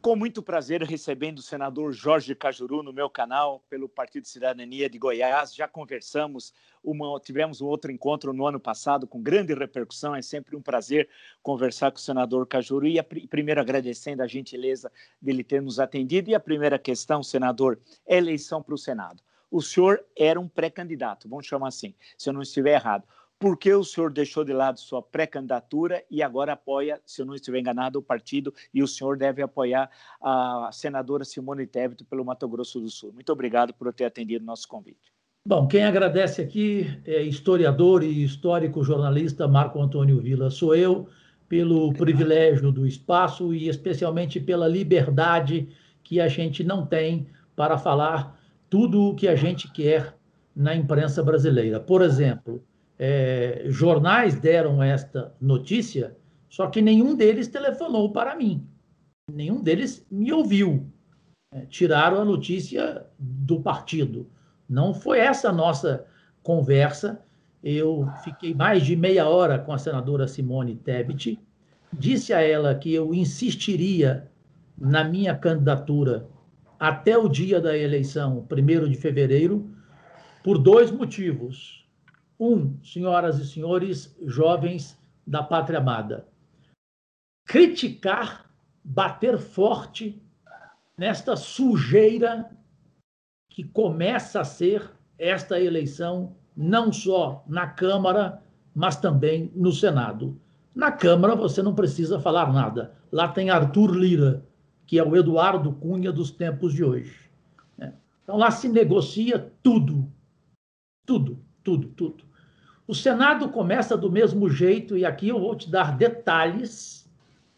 Com muito prazer, recebendo o senador Jorge Cajuru no meu canal, pelo Partido Cidadania de Goiás. Já conversamos, tivemos um outro encontro no ano passado, com grande repercussão. É sempre um prazer conversar com o senador Cajuru. E primeiro agradecendo a gentileza dele ter nos atendido. E a primeira questão, senador, é eleição para o Senado. O senhor era um pré-candidato, vamos chamar assim, se eu não estiver errado. Por que o senhor deixou de lado sua pré-candidatura e agora apoia, se eu não estiver enganado, o partido, e o senhor deve apoiar a senadora Simone Tebet pelo Mato Grosso do Sul? Muito obrigado por ter atendido o nosso convite. Bom, quem agradece aqui é historiador e histórico jornalista Marco Antônio Villa. Sou eu, pelo privilégio do espaço e especialmente pela liberdade que a gente não tem para falar tudo o que a gente quer na imprensa brasileira. Por exemplo, jornais deram esta notícia, só que nenhum deles telefonou para mim, nenhum deles me ouviu. Tiraram a notícia do partido. Não foi essa a nossa conversa. Eu fiquei mais de meia hora com a senadora Simone Tebet, disse a ela que eu insistiria na minha candidatura até o dia da eleição, 1º de fevereiro, por 2 motivos. Senhoras e senhores jovens da Pátria Amada, criticar, bater forte nesta sujeira que começa a ser esta eleição, não só na Câmara, mas também no Senado. Na Câmara você não precisa falar nada. Lá tem Arthur Lira, que é o Eduardo Cunha dos tempos de hoje. Então lá se negocia tudo. Tudo. O Senado começa do mesmo jeito, e aqui eu vou te dar detalhes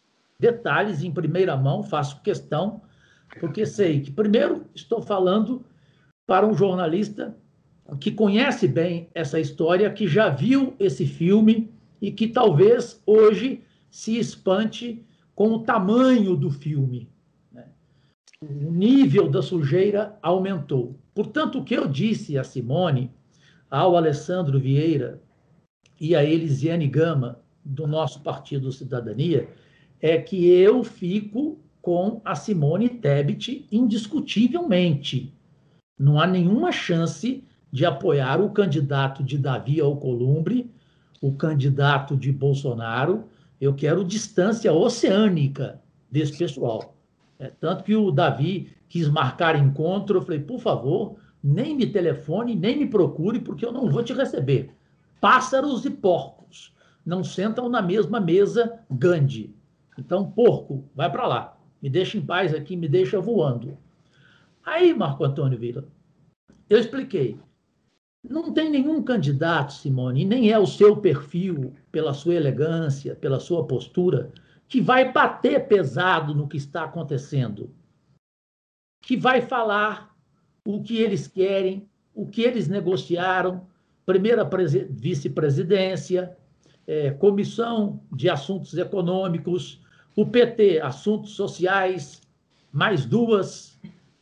em primeira mão, faço questão, porque sei que, primeiro, estou falando para um jornalista que conhece bem essa história, que já viu esse filme e que talvez hoje se espante com o tamanho do filme. O nível da sujeira aumentou. Portanto, o que eu disse a Simone, ao Alessandro Vieira e a Elisiane Gama, do nosso Partido Cidadania, é que eu fico com a Simone Tebet indiscutivelmente. Não há nenhuma chance de apoiar o candidato de Davi Alcolumbre, o candidato de Bolsonaro. Eu quero distância oceânica desse pessoal. Tanto que o Davi quis marcar encontro, eu falei, por favor, nem me telefone, nem me procure, porque eu não vou te receber. Pássaros e porcos não sentam na mesma mesa, Gandhi. Então, porco, vai para lá. Me deixa em paz aqui, me deixa voando. Aí, Marco Antônio Villa, eu expliquei. Não tem nenhum candidato, Simone, e nem é o seu perfil, pela sua elegância, pela sua postura, que vai bater pesado no que está acontecendo, que vai falar o que eles querem, o que eles negociaram, primeira vice-presidência, comissão de assuntos econômicos, o PT, assuntos sociais, mais 2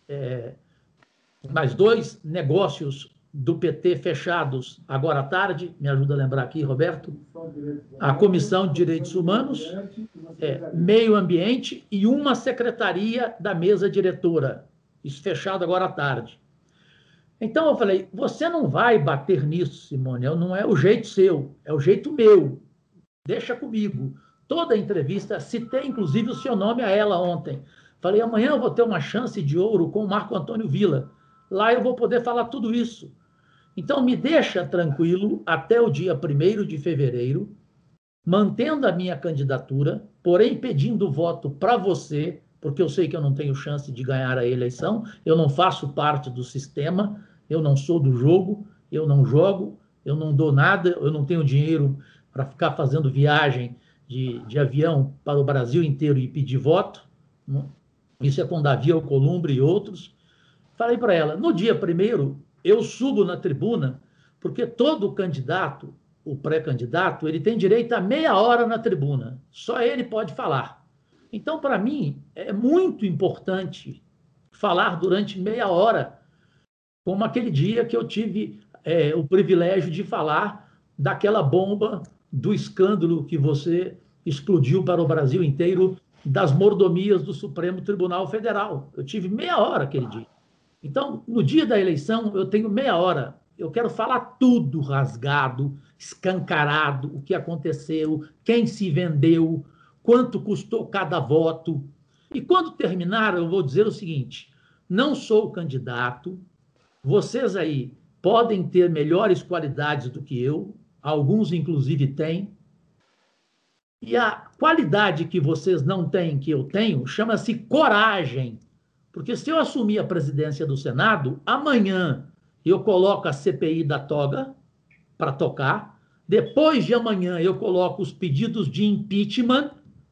negócios do PT fechados agora à tarde, me ajuda a lembrar aqui, Roberto, a Comissão de Direitos Humanos, Meio Ambiente e uma secretaria da mesa diretora, isso fechado agora à tarde. Então eu falei, você não vai bater nisso, Simone, não é o jeito seu, é o jeito meu, deixa comigo. Toda a entrevista, citei inclusive o seu nome a ela ontem. Falei, amanhã eu vou ter uma chance de ouro com o Marco Antônio Villa. Lá eu vou poder falar tudo isso. Então me deixa tranquilo até o dia 1º de fevereiro, mantendo a minha candidatura, porém pedindo voto para você, porque eu sei que eu não tenho chance de ganhar a eleição, eu não faço parte do sistema, eu não sou do jogo, eu não jogo, eu não dou nada, eu não tenho dinheiro para ficar fazendo viagem de avião para o Brasil inteiro e pedir voto. Isso é com Davi Alcolumbre e outros. Falei para ela, no dia 1º, eu subo na tribuna, porque todo candidato, o pré-candidato, ele tem direito a meia hora na tribuna. Só ele pode falar. Então, para mim, é muito importante falar durante meia hora, como aquele dia que eu tive o privilégio de falar daquela bomba, do escândalo que você explodiu para o Brasil inteiro das mordomias do Supremo Tribunal Federal. Eu tive meia hora aquele dia. Então, no dia da eleição, eu tenho meia hora. Eu quero falar tudo rasgado, escancarado, o que aconteceu, quem se vendeu, quanto custou cada voto. E quando terminar, eu vou dizer o seguinte: não sou candidato, vocês aí podem ter melhores qualidades do que eu, alguns inclusive têm, e a qualidade que vocês não têm, que eu tenho, chama-se coragem. Porque se eu assumir a presidência do Senado, amanhã eu coloco a CPI da toga para tocar, depois de amanhã eu coloco os pedidos de impeachment,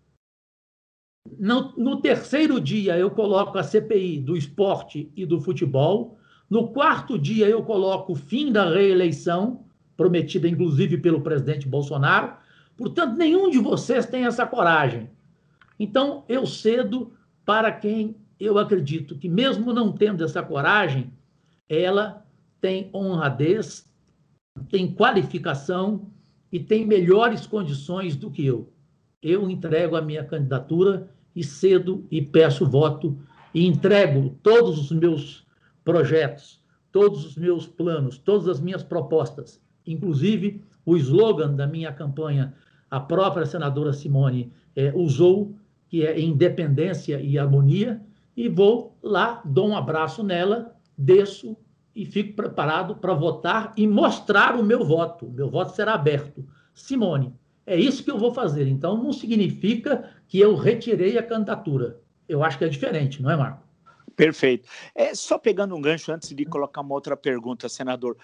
no terceiro dia eu coloco a CPI do esporte e do futebol, no quarto dia eu coloco o fim da reeleição, prometida inclusive pelo presidente Bolsonaro. Portanto, nenhum de vocês tem essa coragem. Então, eu cedo para quem eu acredito que, mesmo não tendo essa coragem, ela tem honradez, tem qualificação e tem melhores condições do que eu. Eu entrego a minha candidatura e cedo e peço voto e entrego todos os meus projetos, todos os meus planos, todas as minhas propostas, inclusive o slogan da minha campanha, a própria senadora Simone usou, que é independência e harmonia, e vou lá, dou um abraço nela, desço e fico preparado para votar e mostrar o meu voto. Meu voto será aberto. Simone, é isso que eu vou fazer. Então, não significa que eu retirei a candidatura. Eu acho que é diferente, não é, Marco? Perfeito. Só pegando um gancho antes de colocar uma outra pergunta, senador.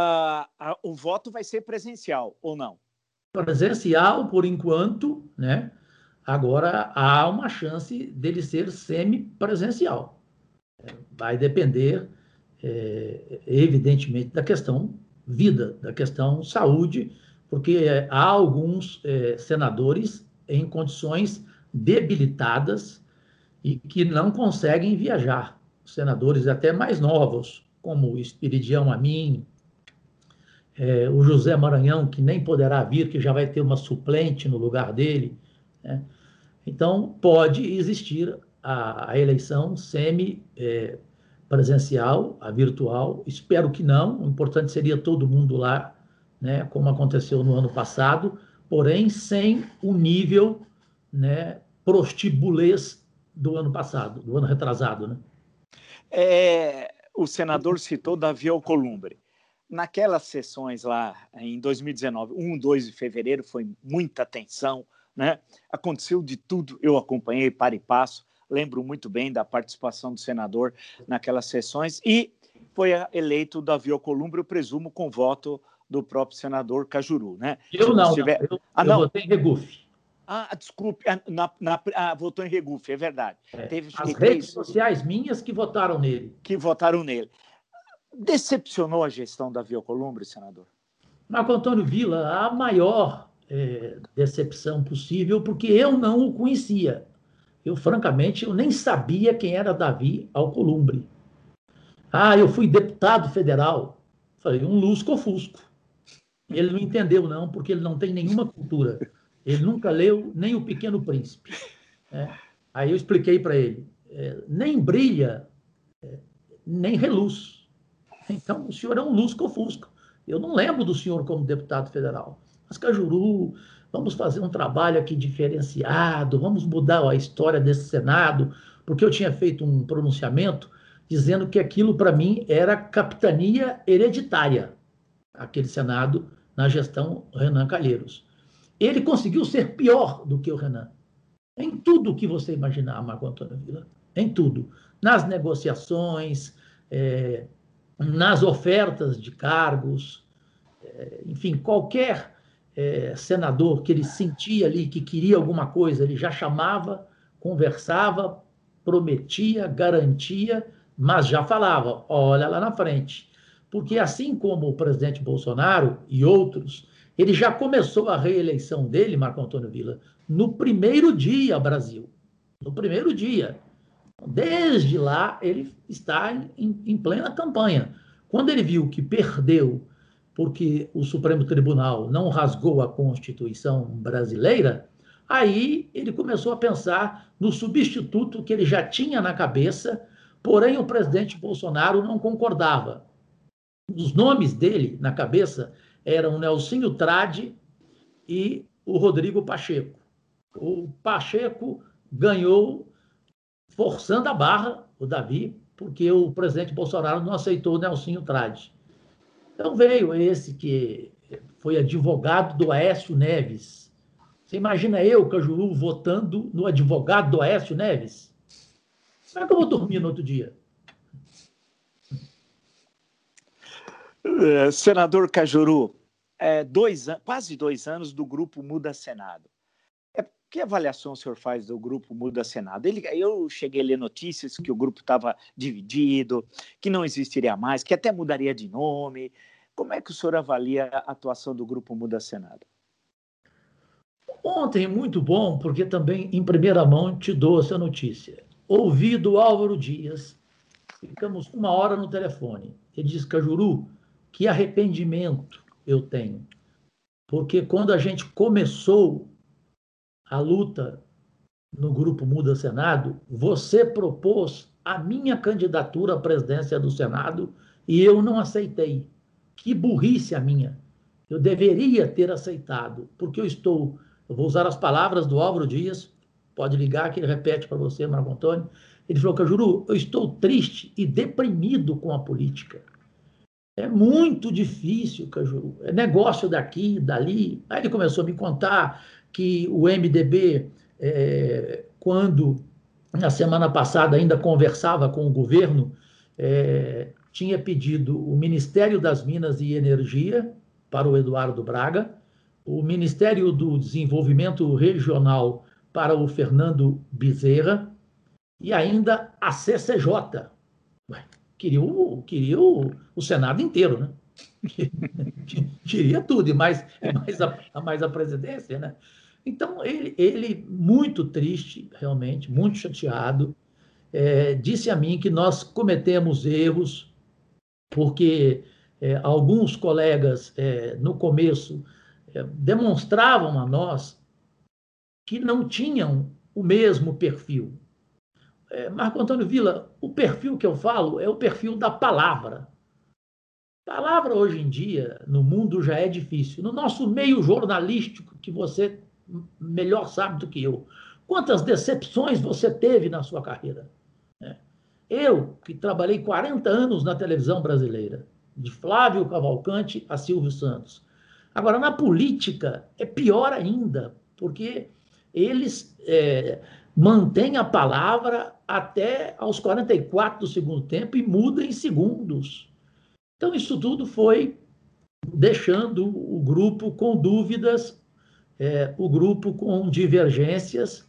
O voto vai ser presencial ou não? Presencial, por enquanto, né? Agora, há uma chance dele ser semipresencial. Vai depender, evidentemente, da questão vida, da questão saúde, porque há alguns senadores em condições debilitadas e que não conseguem viajar. Senadores até mais novos, como o Espiridião Amin, o José Maranhão, que nem poderá vir, que já vai ter uma suplente no lugar dele, né? Então, pode existir a eleição semi-presencial, a virtual. Espero que não. O importante seria todo mundo lá, né, como aconteceu no ano passado, porém sem o nível, né, prostibulês do ano passado, do ano retrasado, né? O senador citou Davi Alcolumbre. Naquelas sessões lá em 2019, 1, 2 de fevereiro, foi muita tensão, né? Aconteceu de tudo, eu acompanhei para e passo, lembro muito bem da participação do senador naquelas sessões e foi eleito o Davi Alcolumbre, eu presumo, com voto do próprio senador Cajuru, né? Eu não, eu votei em Regufe. Desculpe, votou em Regufe, é verdade. Teve as redes sociais minhas que votaram nele. Que votaram nele. Decepcionou a gestão da Davi Alcolumbre, senador? Marco Antônio Villa, a maior decepção possível, porque eu não o conhecia. Eu, francamente, eu nem sabia quem era Davi Alcolumbre. Eu fui deputado federal. Falei, um lusco-fusco. Ele não entendeu, não, porque ele não tem nenhuma cultura. Ele nunca leu nem O Pequeno Príncipe. Aí eu expliquei para ele, nem brilha, nem reluz. Então, o senhor é um lusco-fusco. Eu não lembro do senhor como deputado federal. Mas, Cajuru, vamos fazer um trabalho aqui diferenciado, vamos mudar a história desse Senado, porque eu tinha feito um pronunciamento dizendo que aquilo, para mim, era capitania hereditária, aquele Senado na gestão Renan Calheiros. Ele conseguiu ser pior do que o Renan. Em tudo que você imaginar, Marco Antônio Villa. Em tudo. Nas negociações, nas ofertas de cargos, enfim, qualquer senador que ele sentia ali que queria alguma coisa, ele já chamava, conversava, prometia, garantia, mas já falava, olha lá na frente. Porque assim como o presidente Bolsonaro e outros, ele já começou a reeleição dele, Marco Antônio Villa, no primeiro dia, Brasil. No primeiro dia. Desde lá, ele está em plena campanha. Quando ele viu que perdeu porque o Supremo Tribunal não rasgou a Constituição brasileira, Aí ele começou a pensar no substituto que ele já tinha na cabeça, porém o presidente Bolsonaro não concordava. Os nomes dele na cabeça eram Nelsinho Trade e o Rodrigo Pacheco. O Pacheco ganhou forçando a barra, o Davi, porque o presidente Bolsonaro não aceitou o Nelsinho Trade. Então veio esse que foi advogado do Aécio Neves. Você imagina eu, Cajuru, votando no advogado do Aécio Neves? Como é que eu vou dormir no outro dia? Senador Cajuru, quase 2 anos do Grupo Muda Senado. Que avaliação o senhor faz do Grupo Muda Senado? Eu cheguei a ler notícias que o grupo estava dividido, que não existiria mais, que até mudaria de nome. Como é que o senhor avalia a atuação do Grupo Muda Senado? Ontem, muito bom, porque também em primeira mão te dou essa notícia. Ouvi do Álvaro Dias, ficamos 1 hora no telefone. Ele disse, Cajuru, que arrependimento eu tenho. Porque quando a gente começou a luta no Grupo Muda Senado, você propôs a minha candidatura à presidência do Senado e eu não aceitei. Que burrice a minha. Eu deveria ter aceitado, porque eu vou usar as palavras do Álvaro Dias, pode ligar que ele repete para você, Marco Antônio. Ele falou, Cajuru, eu estou triste e deprimido com a política. É muito difícil, Cajuru. É negócio daqui, dali. Aí ele começou a me contar que o MDB, quando na semana passada ainda conversava com o governo, tinha pedido o Ministério das Minas e Energia para o Eduardo Braga, o Ministério do Desenvolvimento Regional para o Fernando Bezerra e ainda a CCJ. Queria o Senado inteiro, né? Queria tudo, e mais a presidência, né? Então, ele muito triste, realmente, muito chateado, disse a mim que nós cometemos erros, porque alguns colegas, no começo, demonstravam a nós que não tinham o mesmo perfil. Marco Antônio Villa, o perfil que eu falo é o perfil da palavra. Palavra hoje em dia, no mundo, já é difícil. No nosso meio jornalístico, que você melhor sabe do que eu, quantas decepções você teve na sua carreira? Eu, que trabalhei 40 anos na televisão brasileira, de Flávio Cavalcante a Silvio Santos. Agora, na política, é pior ainda, porque eles mantêm a palavra até aos 44 do segundo tempo e mudam em segundos. Então, isso tudo foi deixando o grupo com dúvidas, o grupo com divergências,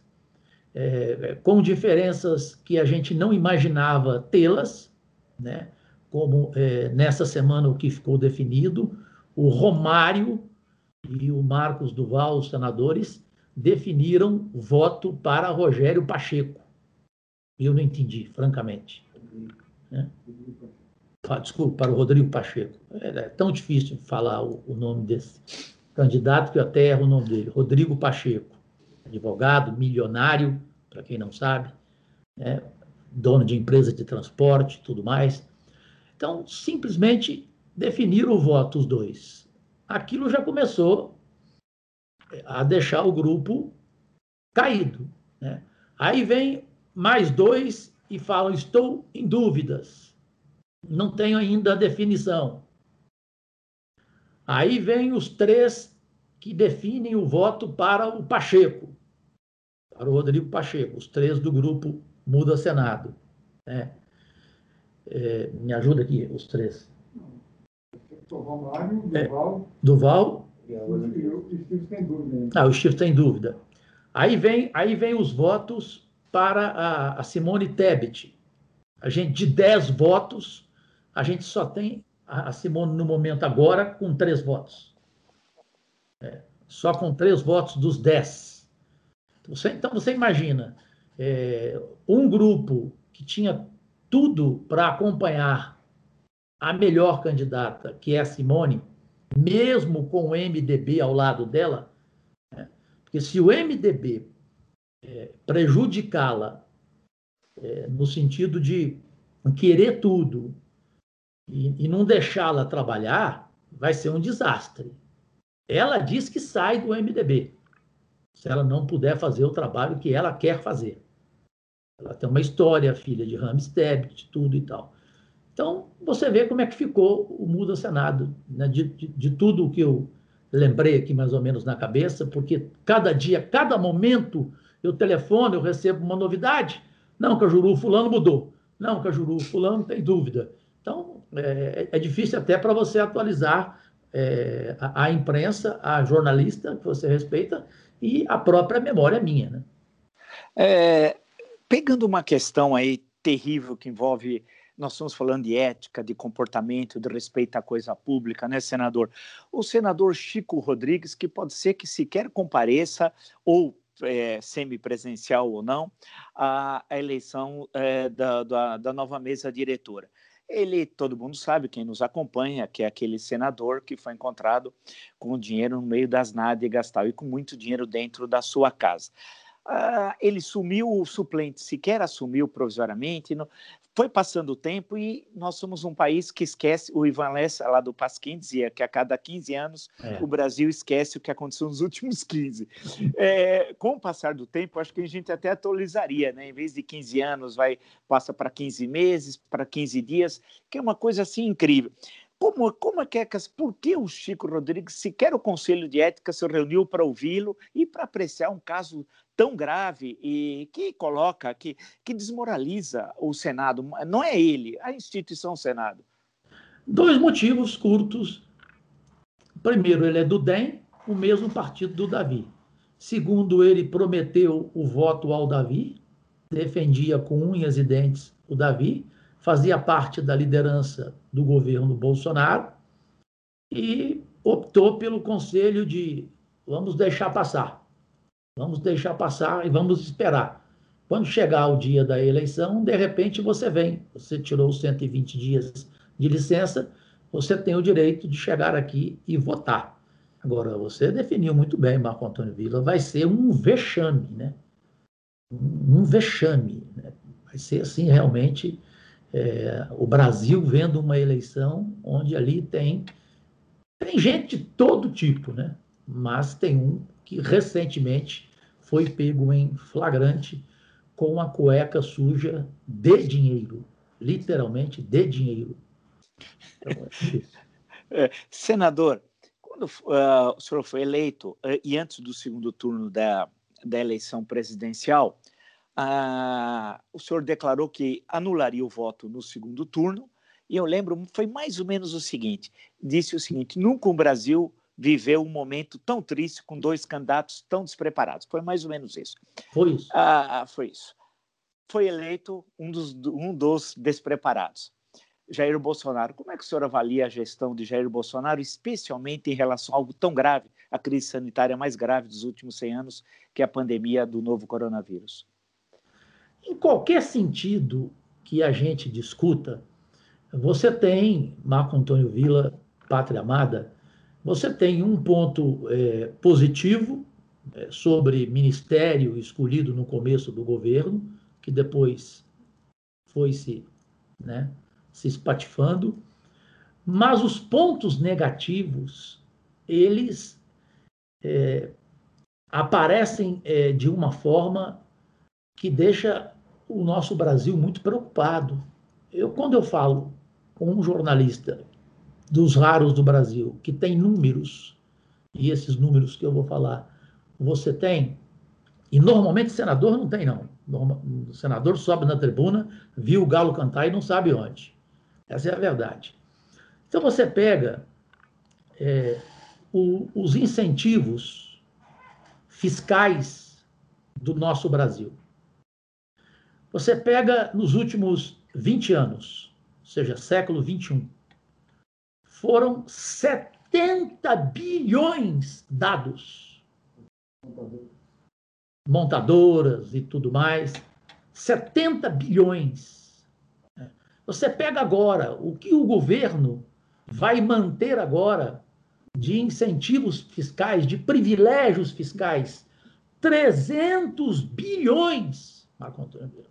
com diferenças que a gente não imaginava tê-las, né? Como nessa semana o que ficou definido, o Romário e o Marcos Duval, os senadores, definiram voto para Rogério Pacheco. Eu não entendi, francamente. Desculpa, para o Rodrigo Pacheco. É tão difícil falar o nome desse candidato que eu até erro o nome dele. Rodrigo Pacheco, advogado, milionário, para quem não sabe, dono de empresa de transporte e tudo mais. Então, simplesmente definiram o voto os dois. Aquilo já começou a deixar o grupo caído, né? Aí vem mais dois e falam, estou em dúvidas, não tenho ainda a definição. Aí vem os três que definem o voto para o Pacheco, para o Rodrigo Pacheco, os três do grupo Muda Senado, né? Me ajuda aqui, os três. O Romário, Duval. Duval. E o Steve tem dúvida. O Steve tem dúvida. Aí vem os votos para a Simone Tebet. De 10 votos, a gente só tem a Simone no momento agora com 3 votos. Só com 3 votos dos 10. Então você imagina, um grupo que tinha tudo para acompanhar a melhor candidata, que é a Simone, mesmo com o MDB ao lado dela, Porque se o MDB prejudicá-la no sentido de querer tudo e não deixá-la trabalhar, vai ser um desastre. Ela diz que sai do MDB, se ela não puder fazer o trabalho que ela quer fazer. Ela tem uma história, filha de Ramos Tebet, tudo e tal. Então, você vê como é que ficou o Muda Senado, né? De tudo o que eu lembrei aqui mais ou menos na cabeça, porque cada dia, cada momento, eu telefono, eu recebo uma novidade. Não, Cajuru, fulano mudou. Não, Cajuru, fulano tem dúvida. Então, é difícil até para você atualizar a imprensa, a jornalista que você respeita e a própria memória minha, né? Pegando uma questão aí terrível que envolve, nós estamos falando de ética, de comportamento, de respeito à coisa pública, né, senador? O senador Chico Rodrigues, que pode ser que sequer compareça, ou semipresencial ou não, a eleição da nova mesa diretora. Ele, todo mundo sabe, quem nos acompanha, que é aquele senador que foi encontrado com dinheiro no meio das nádegas tal, e com muito dinheiro dentro da sua casa. Ele sumiu, o suplente sequer assumiu provisoriamente, foi passando o tempo e nós somos um país que esquece, o Ivan Lessa lá do Pasquim dizia que a cada 15 anos o Brasil esquece o que aconteceu nos últimos 15. Com o passar do tempo, acho que a gente até atualizaria, né? Em vez de 15 anos, passa para 15 meses, para 15 dias, que é uma coisa assim incrível. Por que o Chico Rodrigues, sequer o Conselho de Ética se reuniu para ouvi-lo e para apreciar um caso tão grave e que coloca, que desmoraliza o Senado? Não é ele, a instituição Senado. 2 motivos curtos. Primeiro, ele é do DEM, o mesmo partido do Davi. Segundo, ele prometeu o voto ao Davi, defendia com unhas e dentes o Davi, fazia parte da liderança do governo Bolsonaro e optou pelo conselho de vamos deixar passar e vamos esperar. Quando chegar o dia da eleição, de repente você vem, você tirou os 120 dias de licença, você tem o direito de chegar aqui e votar. Agora, você definiu muito bem, Marco Antônio Villa, vai ser um vexame, né? Um vexame, né? Vai ser assim, realmente, o Brasil vendo uma eleição onde ali tem gente de todo tipo, né? Mas tem um que recentemente foi pego em flagrante com a cueca suja de dinheiro, literalmente de dinheiro. Então, senador, quando o senhor foi eleito, e antes do segundo turno da eleição presidencial, o senhor declarou que anularia o voto no segundo turno, e eu lembro, foi mais ou menos o seguinte, disse o seguinte: nunca o Brasil viveu um momento tão triste com 2 candidatos tão despreparados. Foi mais ou menos isso. Foi isso. Foi isso. Foi eleito um dos despreparados. Jair Bolsonaro. Como é que o senhor avalia a gestão de Jair Bolsonaro, especialmente em relação a algo tão grave, a crise sanitária mais grave dos últimos 100 anos, que é a pandemia do novo coronavírus? Em qualquer sentido que a gente discuta, você tem, Marco Antônio Villa, pátria amada, você tem um ponto positivo sobre ministério escolhido no começo do governo, que depois foi se espatifando, mas os pontos negativos, eles aparecem de uma forma que deixa o nosso Brasil muito preocupado. Quando eu falo com um jornalista dos raros do Brasil, que tem números, e esses números que eu vou falar, você tem, e normalmente o senador não tem, não. O senador sobe na tribuna, viu o galo cantar e não sabe onde. Essa é a verdade. Então você pega os incentivos fiscais do nosso Brasil. Você pega nos últimos 20 anos, ou seja, século XXI, foram 70 bilhões dados. Montadoras e tudo mais. 70 bilhões. Você pega agora o que o governo vai manter agora de incentivos fiscais, de privilégios fiscais 300 bilhões, Marco Antônio Villa.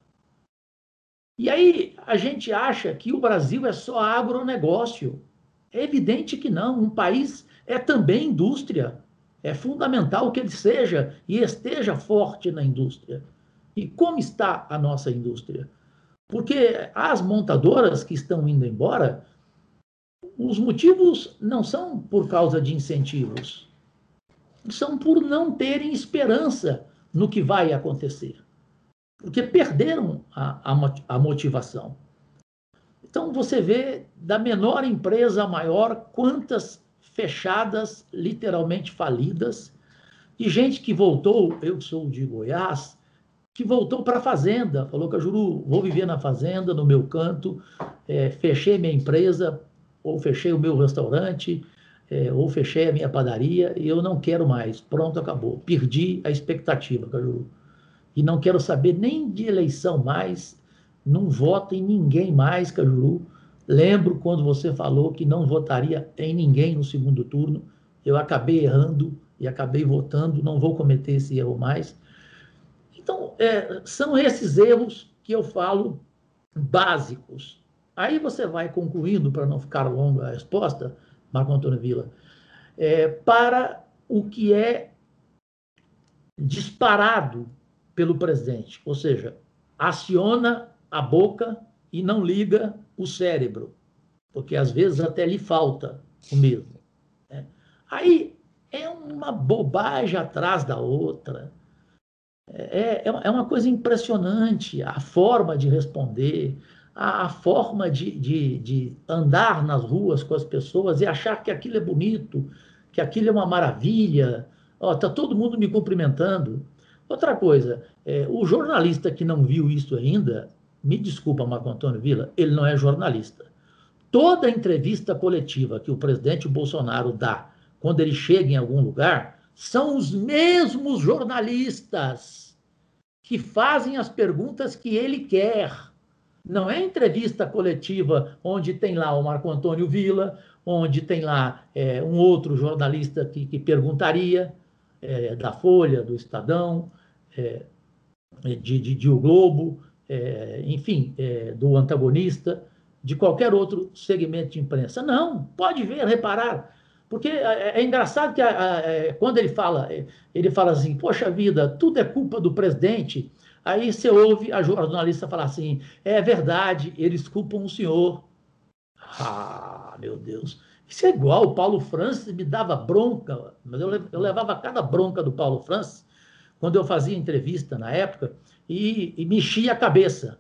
E aí a gente acha que o Brasil é só agronegócio. É evidente que não. Um país é também indústria. É fundamental que ele seja e esteja forte na indústria. E como está a nossa indústria? Porque as montadoras que estão indo embora, os motivos não são por causa de incentivos, são por não terem esperança no que vai acontecer. Porque perderam a motivação. Então, você vê da menor empresa à maior, quantas fechadas, literalmente falidas, e gente que voltou, eu sou de Goiás, que voltou para a fazenda, falou, Cajuru, vou viver na fazenda, no meu canto, fechei minha empresa, ou fechei o meu restaurante, ou fechei a minha padaria, e eu não quero mais, pronto, acabou. Perdi a expectativa, Cajuru. E não quero saber nem de eleição mais, não voto em ninguém mais, Cajuru. Lembro quando você falou que não votaria em ninguém no segundo turno, eu acabei errando e acabei votando, não vou cometer esse erro mais. Então, são esses erros que eu falo básicos. Aí você vai concluindo, para não ficar longa a resposta, Marco Antônio Villa, para o que é disparado pelo presidente, ou seja, aciona a boca e não liga o cérebro, porque às vezes até lhe falta o mesmo. Né? Aí é uma bobagem atrás da outra. É uma coisa impressionante a forma de responder, a forma de andar nas ruas com as pessoas e achar que aquilo é bonito, que aquilo é uma maravilha. Está todo mundo me cumprimentando. Outra coisa, o jornalista que não viu isso ainda, me desculpa, Marco Antônio Villa, ele não é jornalista. Toda entrevista coletiva que o presidente Bolsonaro dá quando ele chega em algum lugar, são os mesmos jornalistas que fazem as perguntas que ele quer. Não é entrevista coletiva onde tem lá o Marco Antônio Villa, onde tem lá um outro jornalista que perguntaria, da Folha, do Estadão, de O Globo, enfim, do Antagonista, de qualquer outro segmento de imprensa. Não, pode ver, reparar. Porque é engraçado que quando ele fala assim, poxa vida, tudo é culpa do presidente. Aí você ouve a jornalista falar assim, é verdade, eles culpam o senhor. Ah, meu Deus. Isso é igual, o Paulo Francis me dava bronca, mas eu levava cada bronca do Paulo Francis quando eu fazia entrevista na época e mexia a cabeça.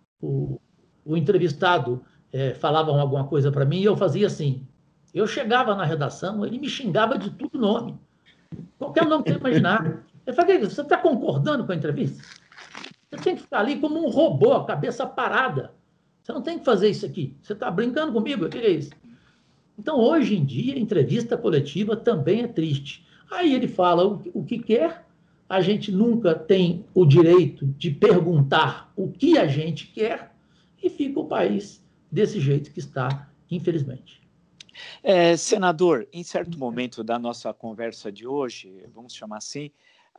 O entrevistado falava alguma coisa para mim e eu fazia assim. Eu chegava na redação, ele me xingava de tudo nome. Qualquer nome que você imaginar. Eu falei, você está concordando com a entrevista? Você tem que ficar ali como um robô, a cabeça parada. Você não tem que fazer isso aqui. Você está brincando comigo? O que é isso? Então, hoje em dia, a entrevista coletiva também é triste. Aí ele fala o que quer, a gente nunca tem o direito de perguntar o que a gente quer e fica o país desse jeito que está, infelizmente. Senador, em certo momento da nossa conversa de hoje, vamos chamar assim,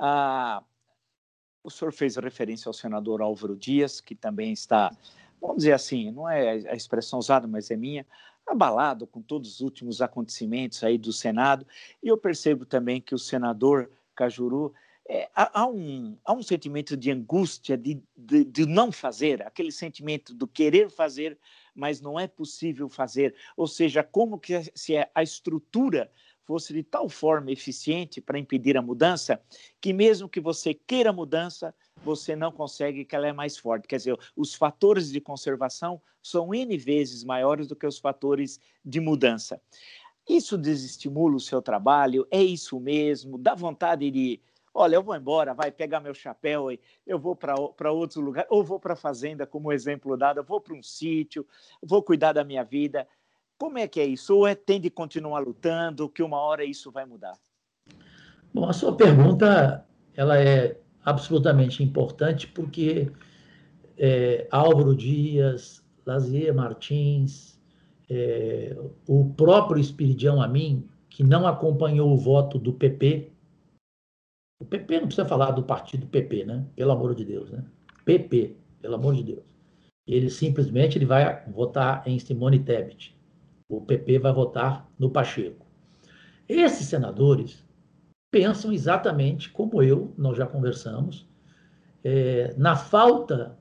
o senhor fez referência ao senador Álvaro Dias, que também está, vamos dizer assim, não é a expressão usada, mas é minha, abalado com todos os últimos acontecimentos aí do Senado, e eu percebo também que o senador Cajuru, há um sentimento de angústia, de não fazer, aquele sentimento do querer fazer, mas não é possível fazer, ou seja, como que se a estrutura fosse de tal forma eficiente para impedir a mudança, que mesmo que você queira a mudança, você não consegue, que ela é mais forte. Quer dizer, os fatores de conservação são N vezes maiores do que os fatores de mudança. Isso desestimula o seu trabalho? É isso mesmo? Dá vontade de, olha, eu vou embora, vai pegar meu chapéu, eu vou para outro lugar, ou vou para a fazenda, como exemplo dado, eu vou para um sítio, vou cuidar da minha vida. Como é que é isso? Ou tem de continuar lutando, que uma hora isso vai mudar? Bom, a sua pergunta ela é absolutamente importante porque Álvaro Dias, Lazier Martins, o próprio Espiridião Amin, que não acompanhou o voto do PP, O PP não precisa falar do partido PP, né? Pelo amor de Deus, né? PP, pelo amor de Deus. Ele vai votar em Simone Tebet. O PP vai votar no Pacheco. Esses senadores pensam exatamente como nós já conversamos, na falta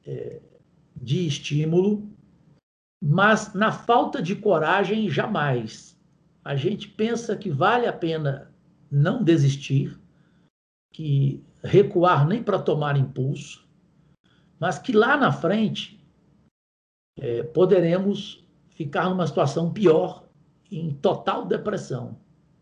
de estímulo, mas na falta de coragem, jamais. A gente pensa que vale a pena não desistir, que recuar nem para tomar impulso, mas que lá na frente poderemos ficar numa situação pior, em total depressão.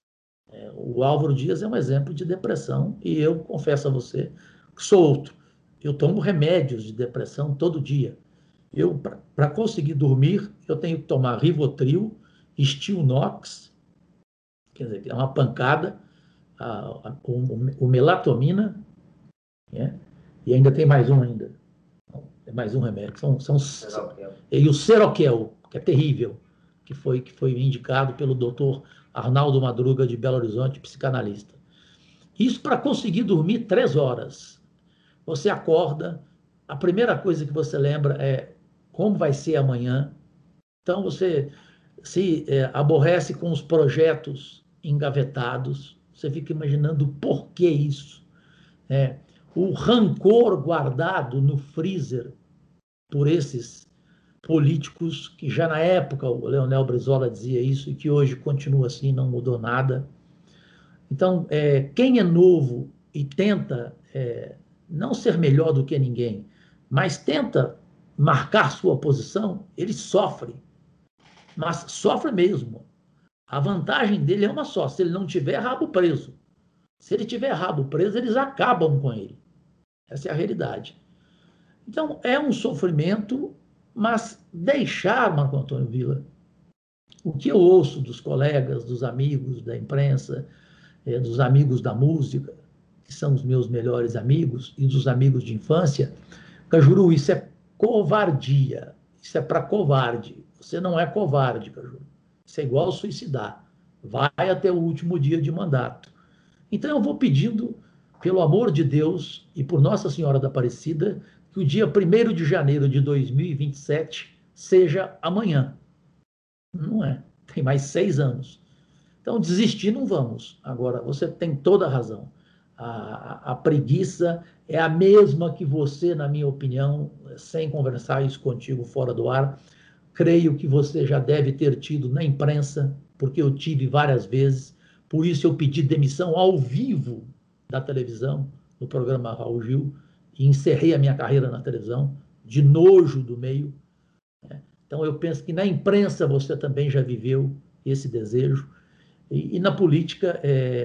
O Álvaro Dias é um exemplo de depressão e eu confesso a você que sou outro. Eu tomo remédios de depressão todo dia. Para conseguir dormir, eu tenho que tomar Rivotril, Stilnox, quer dizer, é uma pancada, o melatonina, né? E ainda tem mais um ainda. É mais um remédio. E o Seroquel, que é terrível, que foi indicado pelo doutor Arnaldo Madruga, de Belo Horizonte, psicanalista. Isso para conseguir dormir 3 horas. Você acorda, a primeira coisa que você lembra é como vai ser amanhã. Então, você se aborrece com os projetos engavetados, você fica imaginando por que isso. O rancor guardado no freezer por esses políticos que já na época o Leonel Brizola dizia isso e que hoje continua assim, não mudou nada. Então, quem é novo e tenta não ser melhor do que ninguém, mas tenta marcar sua posição, ele sofre, mas sofre mesmo. A vantagem dele é uma só: se ele não tiver rabo preso. Se ele tiver rabo preso, eles acabam com ele. Essa é a realidade. Então, é um sofrimento, mas deixar, Marco Antônio Villa, o que eu ouço dos colegas, dos amigos da imprensa, dos amigos da música, que são os meus melhores amigos, e dos amigos de infância, Cajuru, isso é covardia, isso é para covarde. Você não é covarde, Cajuru. Isso é igual suicidar. Vai até o último dia de mandato. Então eu vou pedindo, pelo amor de Deus e por Nossa Senhora da Aparecida, que o dia 1º de janeiro de 2027 seja amanhã. Não é. Tem mais 6 anos. Então, desistir não vamos. Agora, você tem toda a razão. A preguiça é a mesma que você, na minha opinião, sem conversar isso contigo fora do ar, creio que você já deve ter tido na imprensa, porque eu tive várias vezes. Por isso eu pedi demissão ao vivo da televisão, no programa Raul Gil, e encerrei a minha carreira na televisão, de nojo do meio. Então eu penso que na imprensa você também já viveu esse desejo, e na política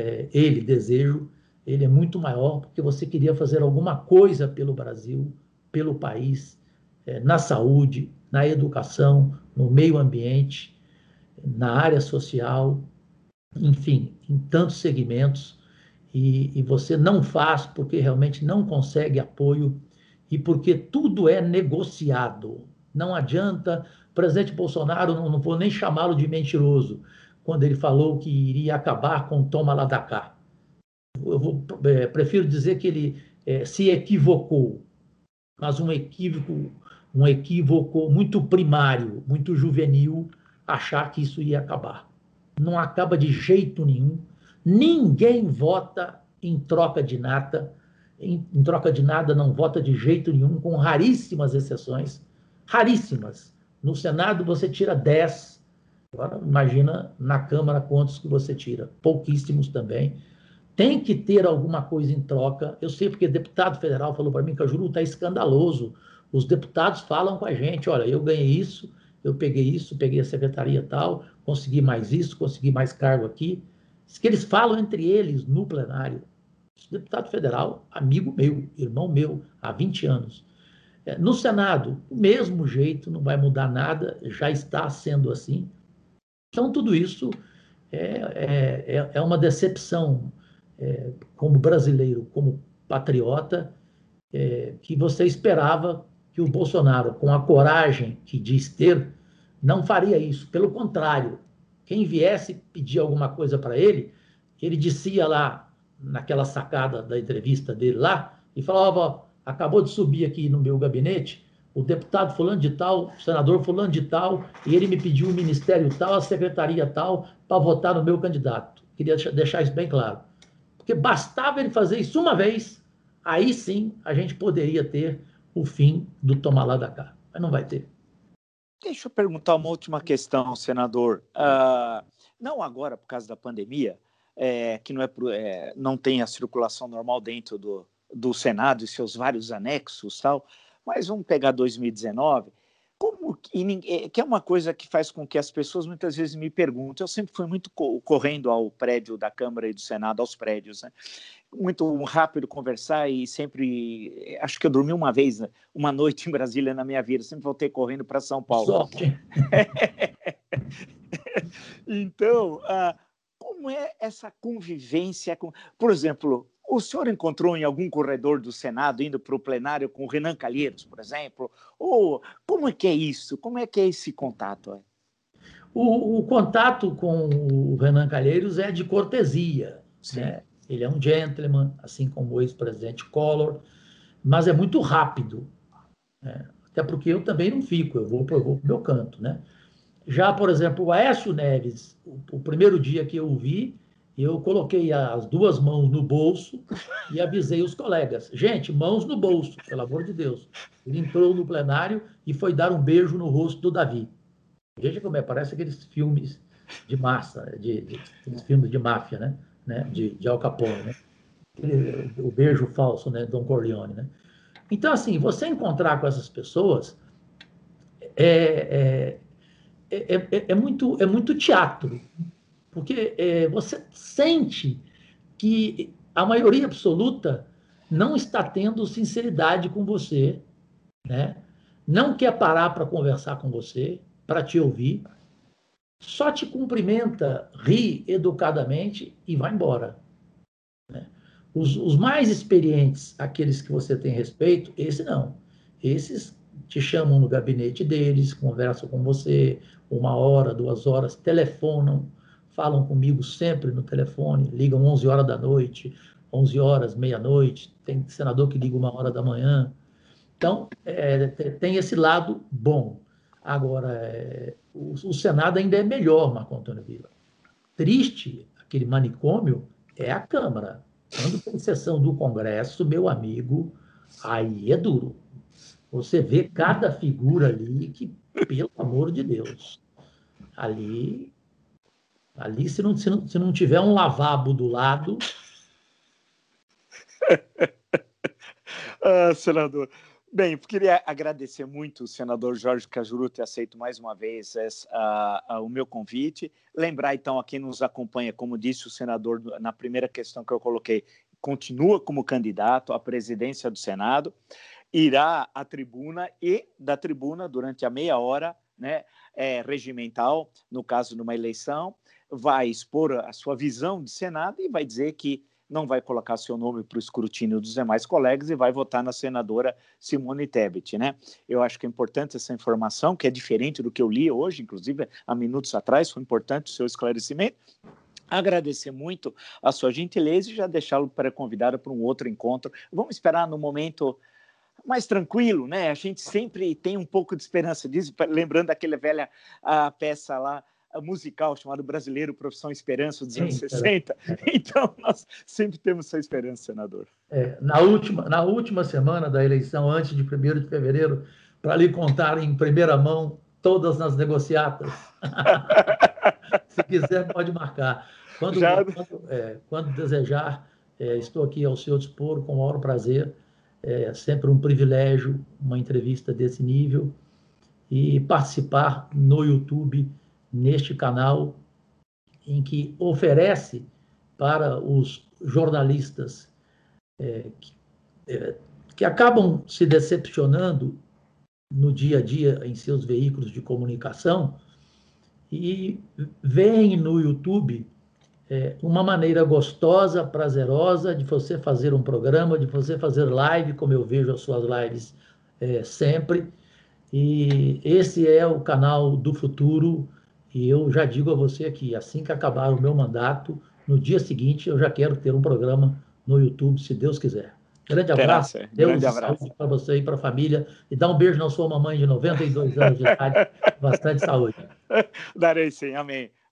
ele é muito maior, porque você queria fazer alguma coisa pelo Brasil, pelo país, na saúde, na educação, no meio ambiente, na área social, enfim, em tantos segmentos, e você não faz porque realmente não consegue apoio e porque tudo é negociado. Não adianta, o presidente Bolsonaro, não vou nem chamá-lo de mentiroso, quando ele falou que iria acabar com o toma lá da cá. Prefiro dizer que ele se equivocou, mas um equívoco muito primário, muito juvenil, achar que isso ia acabar. Não acaba de jeito nenhum. Ninguém vota em troca de nada. Em troca de nada não vota de jeito nenhum, com raríssimas exceções. Raríssimas. No Senado você tira 10. Agora imagina na Câmara quantos que você tira. Pouquíssimos também. Tem que ter alguma coisa em troca. Eu sei porque deputado federal falou para mim que a Cajuru está escandaloso. Os deputados falam com a gente: olha, eu ganhei isso, eu peguei isso, peguei a secretaria tal, consegui mais isso, consegui mais cargo aqui. Isso que eles falam entre eles no plenário. Esse deputado federal, amigo meu, irmão meu, há 20 anos. No Senado, do mesmo jeito, não vai mudar nada, já está sendo assim. Então, tudo isso é uma decepção como brasileiro, como patriota, que você esperava que o Bolsonaro, com a coragem que diz ter, não faria isso. Pelo contrário, quem viesse pedir alguma coisa para ele, ele dizia lá naquela sacada da entrevista dele lá e falava: acabou de subir aqui no meu gabinete o deputado fulano de tal, o senador fulano de tal, e ele me pediu o ministério tal, a secretaria tal, para votar no meu candidato. Queria deixar isso bem claro. Porque bastava ele fazer isso uma vez, aí sim a gente poderia ter o fim do tomar lá da cá. Mas não vai ter. Deixa eu perguntar uma última questão, senador. Não agora, por causa da pandemia, que não tem a circulação normal dentro do Senado e seus vários anexos, tal, mas vamos pegar 2019, que é uma coisa que faz com que as pessoas muitas vezes me perguntam. Eu sempre fui muito correndo ao prédio da Câmara e do Senado, aos prédios, né? Muito rápido conversar e sempre... Acho que eu dormi uma vez, uma noite em Brasília na minha vida, sempre voltei correndo para São Paulo. Sorte. Então, como é essa convivência? Por exemplo, o senhor encontrou em algum corredor do Senado, indo para o plenário com o Renan Calheiros, por exemplo? Ou como é que é isso? Como é que é esse contato? O contato com o Renan Calheiros é de cortesia, né? Ele é um gentleman, assim como o ex-presidente Collor, mas é muito rápido, né? Até porque eu também não fico, eu vou para o meu canto, né? Já, por exemplo, o Aécio Neves, o primeiro dia que eu o vi, eu coloquei as duas mãos no bolso e avisei os colegas: gente, mãos no bolso, pelo amor de Deus. Ele entrou no plenário e foi dar um beijo no rosto do Davi. Veja como parece aqueles filmes de massa, aqueles filmes de máfia, né? De Al Capone, né? O beijo falso, né? Don Corleone, né? Então, assim, você encontrar com essas pessoas é muito teatro, porque você sente que a maioria absoluta não está tendo sinceridade com você, né? Não quer parar para conversar com você, para te ouvir, só te cumprimenta, ri educadamente e vai embora, né? Os mais experientes, aqueles que você tem respeito, esse não. Esses te chamam no gabinete deles, conversam com você 1 hora, 2 horas, telefonam, falam comigo sempre no telefone, ligam 11 horas da noite, 11 horas, meia-noite, tem senador que liga 1 hora da manhã. Então, tem esse lado bom. Agora, o Senado ainda é melhor, Marco Antônio Villa. Triste, aquele manicômio, é a Câmara. Quando tem sessão do Congresso, meu amigo, aí é duro. Você vê cada figura ali que, pelo amor de Deus, ali se não tiver um lavabo do lado... Senador. Bem, queria agradecer muito o senador Jorge Cajuru ter aceito mais uma vez o meu convite. Lembrar, então, a quem nos acompanha, como disse o senador na primeira questão que eu coloquei, continua como candidato à presidência do Senado, irá à tribuna e da tribuna, durante a meia hora, né, regimental, no caso de uma eleição, vai expor a sua visão de Senado e vai dizer que não vai colocar seu nome para o escrutínio dos demais colegas e vai votar na senadora Simone Tebet, né? Eu acho que é importante essa informação, que é diferente do que eu li hoje, inclusive há minutos atrás, foi importante o seu esclarecimento. Agradecer muito a sua gentileza e já deixá-lo pré-convidado para um outro encontro. Vamos esperar no momento mais tranquilo, né? A gente sempre tem um pouco de esperança disso, lembrando aquela velha peça lá, musical chamado Brasileiro Profissão Esperança dos anos 60. Então, nós sempre temos essa esperança, senador. Na última semana da eleição, antes de 1º de fevereiro, para lhe contar em primeira mão todas as negociatas. Se quiser, pode marcar. Quando desejar, estou aqui ao seu dispor com o maior prazer. É sempre um privilégio uma entrevista desse nível e participar no YouTube, neste canal, em que oferece para os jornalistas que acabam se decepcionando no dia a dia em seus veículos de comunicação e veem no YouTube uma maneira gostosa, prazerosa de você fazer um programa, de você fazer live, como eu vejo as suas lives sempre. E esse é o canal do futuro. E eu já digo a você aqui, assim que acabar o meu mandato, no dia seguinte eu já quero ter um programa no YouTube, se Deus quiser. Grande abraço, Deus e saúde para você e para a família. E dá um beijo na sua mamãe de 92 anos de idade, bastante saúde. Darei sim, amém.